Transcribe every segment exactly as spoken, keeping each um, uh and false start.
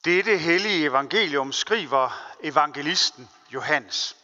Dette hellige evangelium skriver evangelisten Johannes.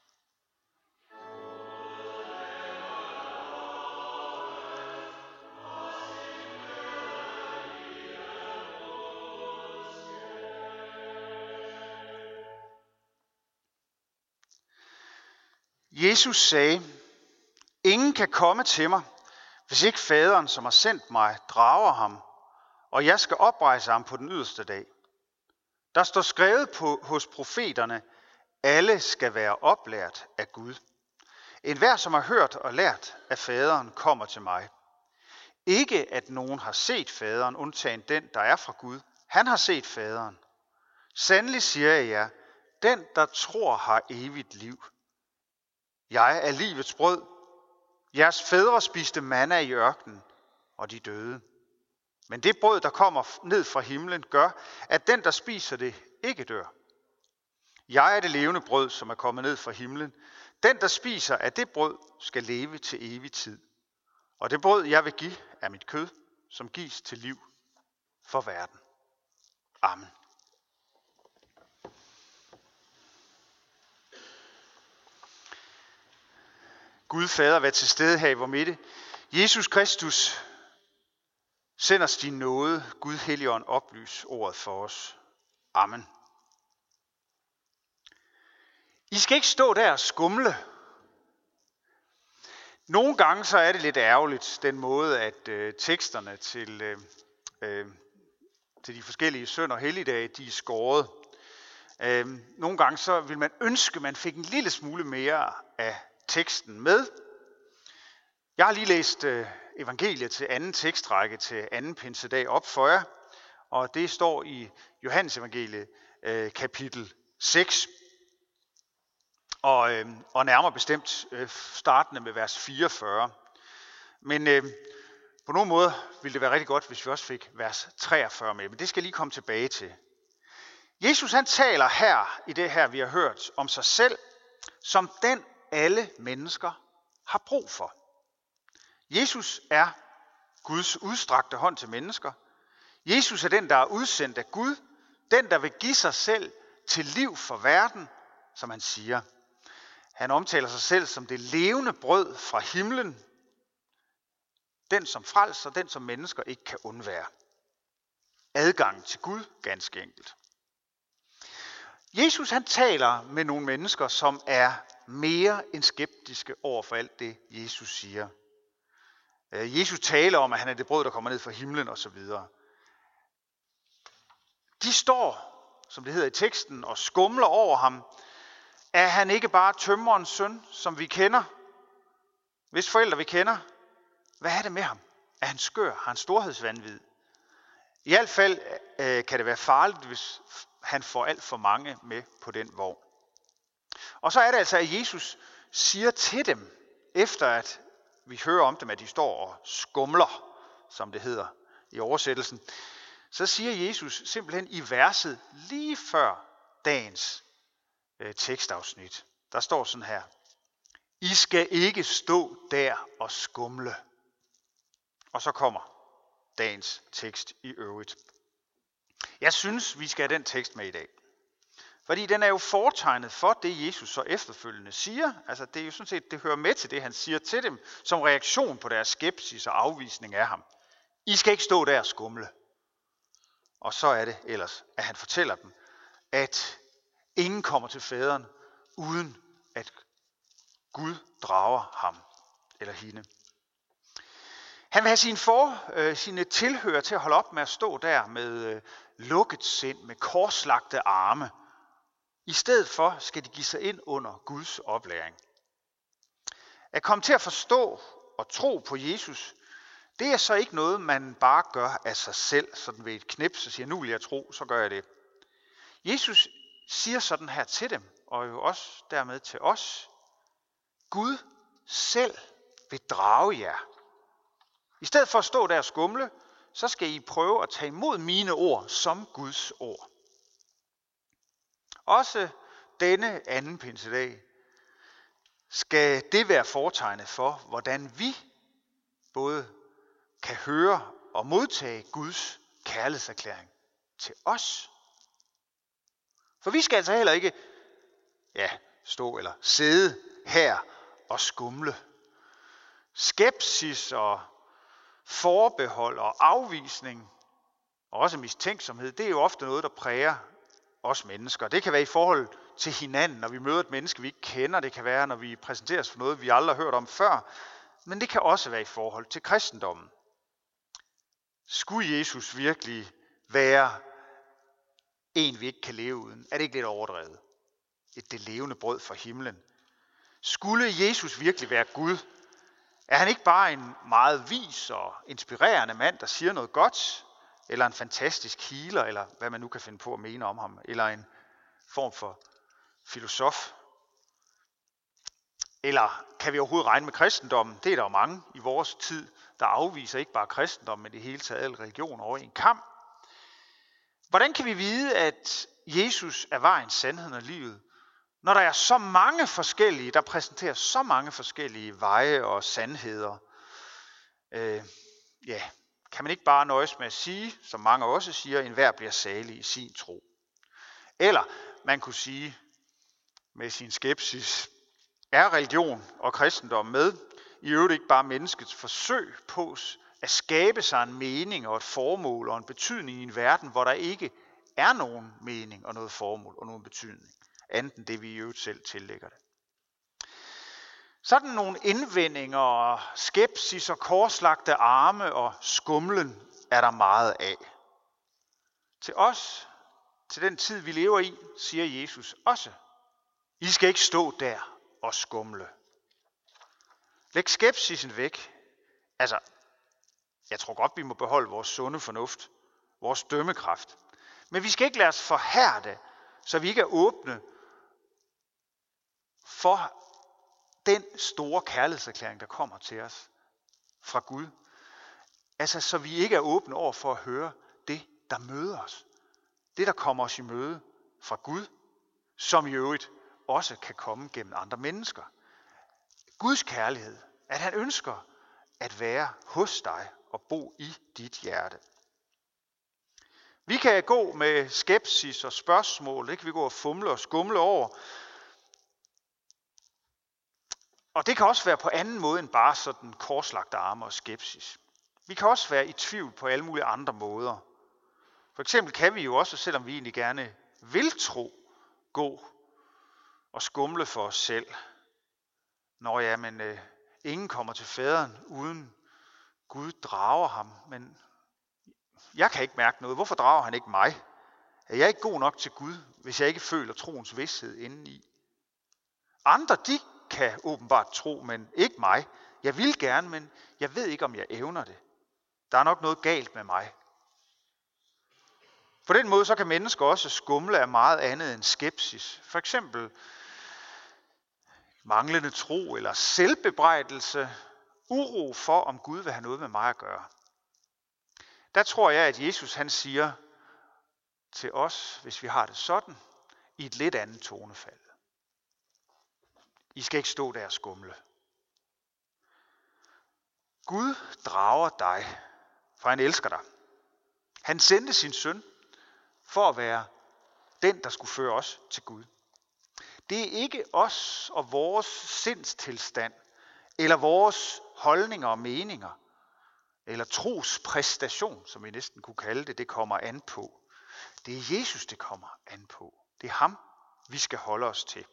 Jesus sagde, ingen kan komme til mig, hvis ikke faderen, som har sendt mig, drager ham, og jeg skal oprejse ham på den yderste dag. Der står skrevet på, hos profeterne, alle skal være oplært af Gud. Enhver, som har hørt og lært af faderen, kommer til mig. Ikke at nogen har set faderen, undtagen den, der er fra Gud. Han har set faderen. Sandelig siger jeg jer, den, der tror, har evigt liv. Jeg er livets brød. Jeres fædre spiste manna i ørkenen, og de døde. Men det brød, der kommer ned fra himlen, gør, at den, der spiser det, ikke dør. Jeg er det levende brød, som er kommet ned fra himlen. Den, der spiser af det brød, skal leve til evig tid. Og det brød, jeg vil give, er mit kød, som gives til liv for verden. Amen. Gud Fader, vær til stede her i vor midte. Jesus Kristus, send os din nåde. Gud Helligånd, oplys ordet for os. Amen. I skal ikke stå der og skumle. Nogle gange så er det lidt ærgerligt, den måde, at øh, teksterne til, øh, øh, til de forskellige søn- og helligdage, de er skåret. Øh, nogle gange så vil man ønske, at man fik en lille smule mere af teksten med. Jeg har lige læst øh, evangeliet til anden tekstrække til anden pinsedag op for jer, og det står i Johannes evangeliet øh, kapitel seks, og, øh, og nærmere bestemt øh, startende med vers fireogfyrre. Men øh, på nogen måde ville det være rigtig godt, hvis vi også fik vers treogfyrre med, men det skal jeg lige komme tilbage til. Jesus han taler her i det her, vi har hørt, om sig selv, som den alle mennesker har brug for. Jesus er Guds udstrakte hånd til mennesker. Jesus er den, der er udsendt af Gud. Den, der vil give sig selv til liv for verden, som han siger. Han omtaler sig selv som det levende brød fra himlen. Den, som frelser, den, som mennesker ikke kan undvære. Adgang til Gud, ganske enkelt. Jesus han taler med nogle mennesker, som er mere end skeptiske over for alt det, Jesus siger. Jesus taler om, at han er det brød, der kommer ned fra himlen osv. De står, som det hedder i teksten, og skumler over ham. Er han ikke bare tømrerens søn, som vi kender? Hvis forældre vi kender, hvad er det med ham? Er han skør? Har han storhedsvanvid? I hvert fald øh, kan det være farligt, hvis han får alt for mange med på den vogn. Og så er det altså, at Jesus siger til dem, efter at vi hører om dem, at de står og skumler, som det hedder i oversættelsen, så siger Jesus simpelthen i verset lige før dagens øh, tekstafsnit. Der står sådan her: I skal ikke stå der og skumle. Og så kommer dagens tekst i øvrigt. Jeg synes, vi skal have den tekst med i dag. Fordi den er jo fortegnet for det, Jesus så efterfølgende siger. Altså det er jo sådan set, det hører med til det, han siger til dem, som reaktion på deres skepsis og afvisning af ham. I skal ikke stå der og skumle. Og så er det ellers, at han fortæller dem, at ingen kommer til faderen, uden at Gud drager ham eller hende. Han vil have sine, for, øh, sine tilhører til at holde op med at stå der med øh, lukket sind, med korslagte arme. I stedet for skal de give sig ind under Guds oplæring. At komme til at forstå og tro på Jesus, det er så ikke noget, man bare gør af sig selv, sådan ved et knips og siger, nu vil jeg tro, så gør jeg det. Jesus siger sådan her til dem, og jo også dermed til os. Gud selv vil drage jer. I stedet for at stå der og skumle, så skal I prøve at tage imod mine ord som Guds ord. Også denne anden pinsedag skal det være fortegnet for, hvordan vi både kan høre og modtage Guds kærlighedserklæring til os For vi skal altså heller ikke ja, stå eller sidde her og skumle. Skepsis og forbehold og afvisning og også mistænksomhed, det er jo ofte noget, der præger os mennesker. Det kan være i forhold til hinanden, når vi møder et menneske, vi ikke kender. Det kan være, når vi præsenteres for noget, vi aldrig har hørt om før. Men det kan også være i forhold til kristendommen. Skulle Jesus virkelig være en, vi ikke kan leve uden? Er det ikke lidt overdrevet? Et det levende brød fra himlen. Skulle Jesus virkelig være Gud? Er han ikke bare en meget vis og inspirerende mand, der siger noget godt? Eller en fantastisk healer, eller hvad man nu kan finde på at mene om ham? Eller en form for filosof? Eller kan vi overhovedet regne med kristendommen? Det er der jo mange i vores tid, der afviser ikke bare kristendommen, men det hele taget alle religioner over en kam. Hvordan kan vi vide, at Jesus er vejen, sandheden og livet, når der er så mange forskellige, der præsenterer så mange forskellige veje og sandheder? Øh, ja, kan man ikke bare nøjes med at sige, som mange også siger, enhver bliver salig i sin tro? Eller man kunne sige med sin skepsis, er religion og kristendom med i øvrigt ikke bare menneskets forsøg på at skabe sig en mening og et formål og en betydning i en verden, hvor der ikke er nogen mening og noget formål og nogen betydning, andet end det vi i øvrigt selv tillægger det. Sådan nogle indvendinger og skepsis og korslagte arme og skumlen er der meget af. Til os, til den tid vi lever i, siger Jesus også, I skal ikke stå der og skumle. Læg skepsisen væk. Altså, jeg tror godt, vi må beholde vores sunde fornuft, vores dømmekraft. Men vi skal ikke lade os forhærde, så vi ikke er åbne for den store kærlighedserklæring, der kommer til os fra Gud. Altså, så vi ikke er åbne over for at høre det, der møder os. Det, der kommer os i møde fra Gud, som i øvrigt også kan komme gennem andre mennesker. Guds kærlighed, at han ønsker at være hos dig og bo i dit hjerte. Vi kan gå med skepsis og spørgsmål, det kan vi gå og fumle og skumle over. Og det kan også være på anden måde end bare sådan korslagte arme og skepsis. Vi kan også være i tvivl på alle mulige andre måder. For eksempel kan vi jo også, selvom vi egentlig gerne vil tro, gå og skumle for os selv. Nå ja, men øh, ingen kommer til faderen uden Gud drager ham. Men jeg kan ikke mærke noget. Hvorfor drager han ikke mig? Er jeg ikke god nok til Gud, hvis jeg ikke føler troens vidsthed indeni? Andre, de kan åbenbart tro, men ikke mig. Jeg vil gerne, men jeg ved ikke, om jeg evner det. Der er nok noget galt med mig. På den måde så kan mennesker også skumle af meget andet end skepsis. For eksempel manglende tro eller selvbebrejdelse, uro for, om Gud vil have noget med mig at gøre. Der tror jeg, at Jesus han siger til os, hvis vi har det sådan, i et lidt andet tonefald. I skal ikke stå der og skumle. Gud drager dig, for han elsker dig. Han sendte sin søn for at være den, der skulle føre os til Gud. Det er ikke os og vores sindstilstand, eller vores holdninger og meninger, eller trospræstation, som vi næsten kunne kalde det, det kommer an på. Det er Jesus, det kommer an på. Det er ham, vi skal holde os til.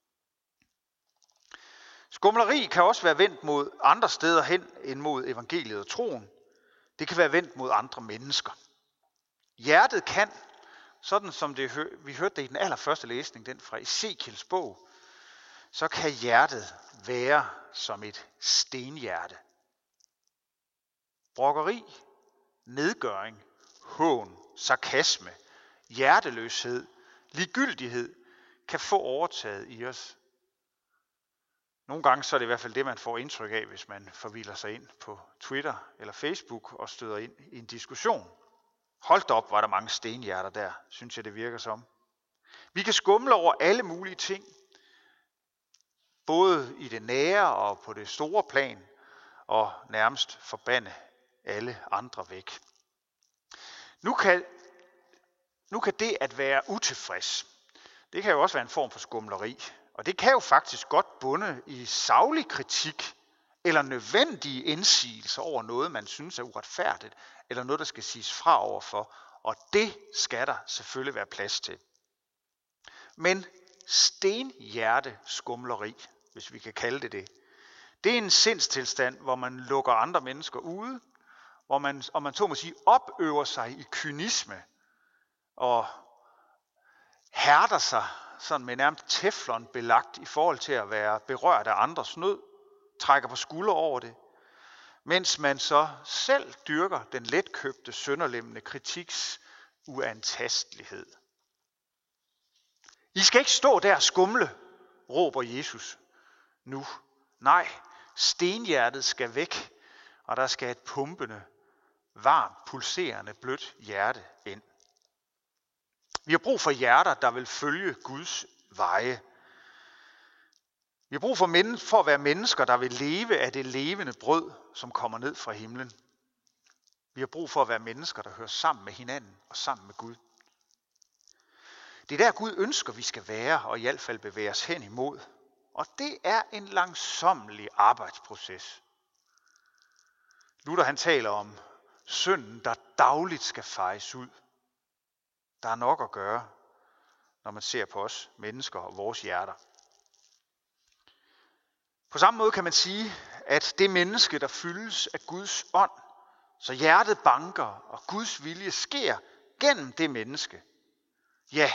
Skumleri kan også være vendt mod andre steder hen end mod evangeliet og troen. Det kan være vendt mod andre mennesker. Hjertet kan, sådan som det, vi hørte det i den allerførste læsning, den fra Ezekiels bog, så kan hjertet være som et stenhjerte. Brokkeri, nedgøring, hån, sarkasme, hjerteløshed, ligegyldighed kan få overtaget i os. Nogle gange så er det i hvert fald det, man får indtryk af, hvis man forvilder sig ind på Twitter eller Facebook og støder ind i en diskussion. Hold da op, var der mange stenhjerter der, synes jeg det virker som. Vi kan skumle over alle mulige ting, både i det nære og på det store plan, og nærmest forbande alle andre væk. Nu kan, nu kan det at være utilfreds Det kan jo også være en form for skumleri. Og det kan jo faktisk godt bunde i saglig kritik eller nødvendige indsigelser over noget, man synes er uretfærdigt, eller noget, der skal siges fra overfor. Og det skal der selvfølgelig være plads til. Men stenhjerteskumleri, hvis vi kan kalde det det, det er en sindstilstand, hvor man lukker andre mennesker ude, hvor man, om man så må sige, opøver sig i kynisme og hærder sig sådan med nærmest teflon belagt i forhold til at være berørt af andres nød, trækker på skulder over det, mens man så selv dyrker den letkøbte, sønderlemmende kritiks uantastelighed. I skal ikke stå der og skumle, råber Jesus nu. Nej, stenhjertet skal væk, og der skal et pumpende, varmt, pulserende, blødt hjerte ind. Vi har brug for hjerter, der vil følge Guds veje. Vi har brug for, men- for at være mennesker, der vil leve af det levende brød, som kommer ned fra himlen. Vi har brug for at være mennesker, der hører sammen med hinanden og sammen med Gud. Det er der, Gud ønsker, vi skal være, og i hvert fald bevæge os hen imod. Og det er en langsommelig arbejdsproces. Luther han taler om synden, der dagligt skal fejes ud. Der er nok at gøre, når man ser på os mennesker og vores hjerter. På samme måde kan man sige, at det menneske, der fyldes af Guds ånd, så hjertet banker, og Guds vilje sker gennem det menneske. Ja,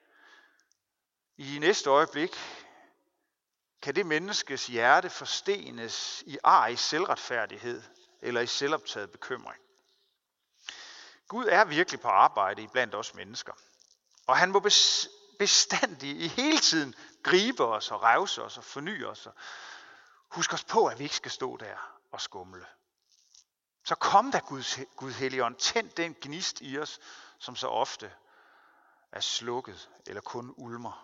i næste øjeblik kan det menneskes hjerte forstenes i ar i selvretfærdighed eller i selvoptaget bekymring. Gud er virkelig på arbejde iblandt os mennesker, og han må bestandig i hele tiden gribe os og revse os og forny os og husk os på, at vi ikke skal stå der og skumle. Så kom da Guds, Gud Helligånd, tænd den gnist i os, som så ofte er slukket eller kun ulmer.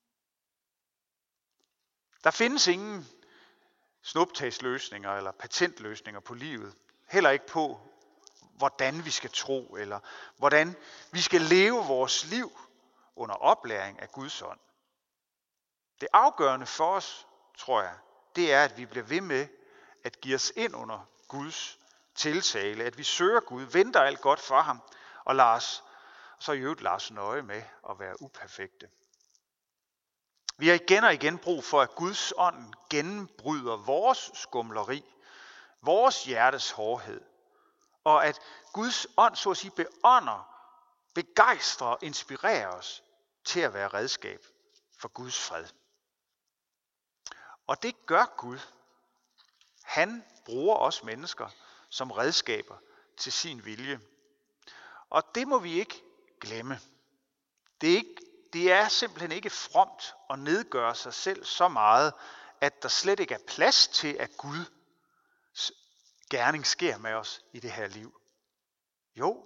Der findes ingen snuptagsløsninger eller patentløsninger på livet. Heller ikke på, hvordan vi skal tro, eller hvordan vi skal leve vores liv under oplæring af Guds ånd. Det afgørende for os, tror jeg, det er, at vi bliver ved med at give os ind under Guds tiltale, at vi søger Gud, venter alt godt for ham, og lader os, så i øvrigt lader os nøje med at være uperfekte. Vi har igen og igen brug for, at Guds ånd gennembryder vores skumleri, vores hjertes hårdhed, og at Guds ånd, så at sige, beånder, begejstrer og inspirerer os til at være redskab for Guds fred. Og det gør Gud. Han bruger os mennesker som redskaber til sin vilje. Og det må vi ikke glemme. Det er, ikke, det er simpelthen ikke fromt at nedgøre sig selv så meget, at der slet ikke er plads til, at Guds gerning sker med os i det her liv. Jo,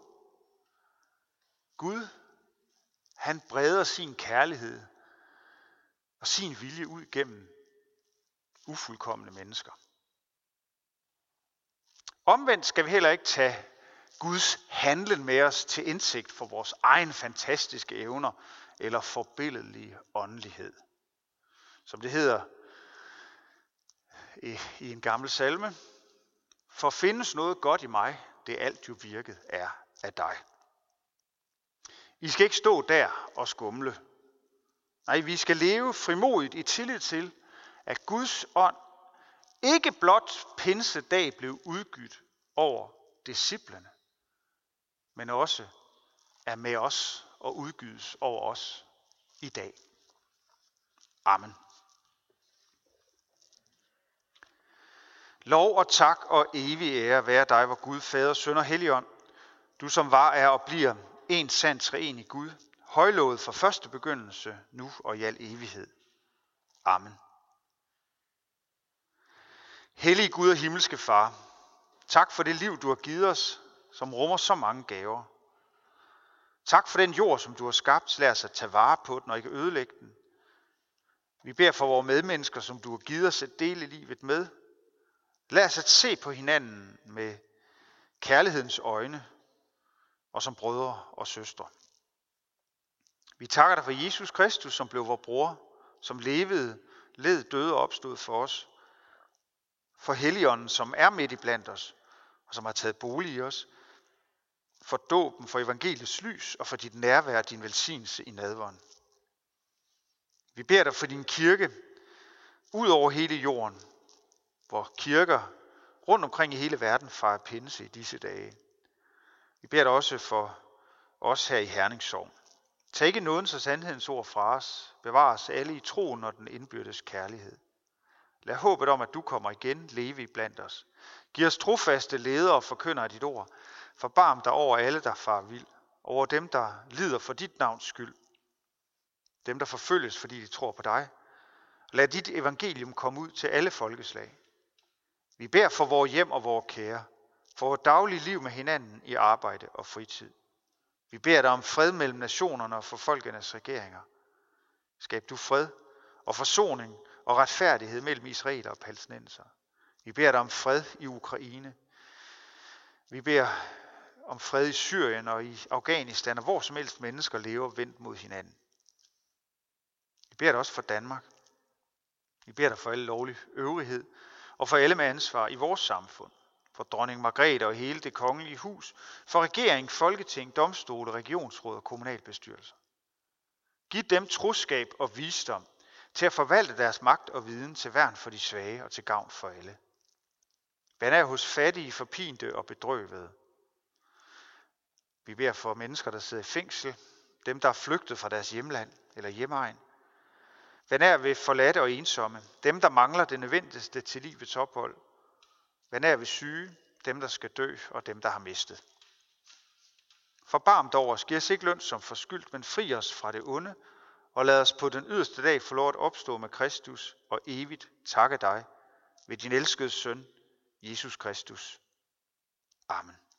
Gud, han breder sin kærlighed og sin vilje ud gennem ufuldkomne mennesker. Omvendt skal vi heller ikke tage Guds handlen med os til indsigt for vores egen fantastiske evner eller forbilledelige åndelighed. Som det hedder i, i en gammel salme: for findes noget godt i mig, det alt jo virket er af dig. I skal ikke stå der og skumle. Nej, vi skal leve frimodigt i tillid til, at Guds ånd ikke blot pinsedag blev udgydt over disciplene, men også er med os og udgydes over os i dag. Amen. Lov og tak og evig ære være dig, vor Gud, Fader, Søn og Helligånd, du som var, er og bliver en sand treenig Gud, højlovet fra første begyndelse, nu og i al evighed. Amen. Hellige Gud og himmelske Far, tak for det liv, du har givet os, som rummer så mange gaver. Tak for den jord, som du har skabt. Lad os at tage vare på den og ikke ødelægge den. Vi beder for vores medmennesker, som du har givet os et del i livet med. Lad os at se på hinanden med kærlighedens øjne og som brødre og søstre. Vi takker dig for Jesus Kristus, som blev vor bror, som levede, led, døde og opstod for os. For Helligånden, som er midt i blandt os, og som har taget bolig i os. For dåben, for evangeliets lys, og for dit nærvær og din velsignelse i nadveren. Vi beder dig for din kirke, ud over hele jorden, hvor kirker rundt omkring i hele verden fejrer pinse i disse dage. Vi beder dig også for os her i Herning Sogn. Tag ikke nådens og sandhedens ord fra os. Bevar os alle i troen og den indbyrdes kærlighed. Lad håbet om, at du kommer igen, leve i blandt os. Giv os trofaste ledere og forkynder af dit ord. Forbarm dig over alle, der far vild. Over dem, der lider for dit navns skyld. Dem, der forfølges, fordi de tror på dig. Lad dit evangelium komme ud til alle folkeslag. Vi beder for vores hjem og vores kære. For vores daglige liv med hinanden i arbejde og fritid. Vi beder dig om fred mellem nationerne og for folkenes regeringer. Skab du fred og forsoning og retfærdighed mellem israeler og palæstinenser. Vi beder dig om fred i Ukraine. Vi beder om fred i Syrien og i Afghanistan, og hvor som helst mennesker lever vendt mod hinanden. Vi beder dig også for Danmark. Vi beder dig for alle lovlig øvrighed og for alle med ansvar i vores samfund. For dronning Margrethe og hele det kongelige hus, for regering, folketing, domstole, regionsråd og kommunalbestyrelser. Giv dem troskab og visdom til at forvalte deres magt og viden til værn for de svage og til gavn for alle. Vand er hos fattige, forpinte og bedrøvede. Vi beder for mennesker, der sidder i fængsel, dem, der er flygtet fra deres hjemland eller hjemegn. Vand er ved forladte og ensomme, dem, der mangler det nødvendigste til livets ophold. Vand er ved syge, dem, der skal dø og dem, der har mistet. Forbarm dig over os, giv os ikke løn som forskyldt, men fri os fra det onde, og lad os på den yderste dag få lov at opstå med Kristus og evigt takke dig ved din elskede søn, Jesus Kristus. Amen.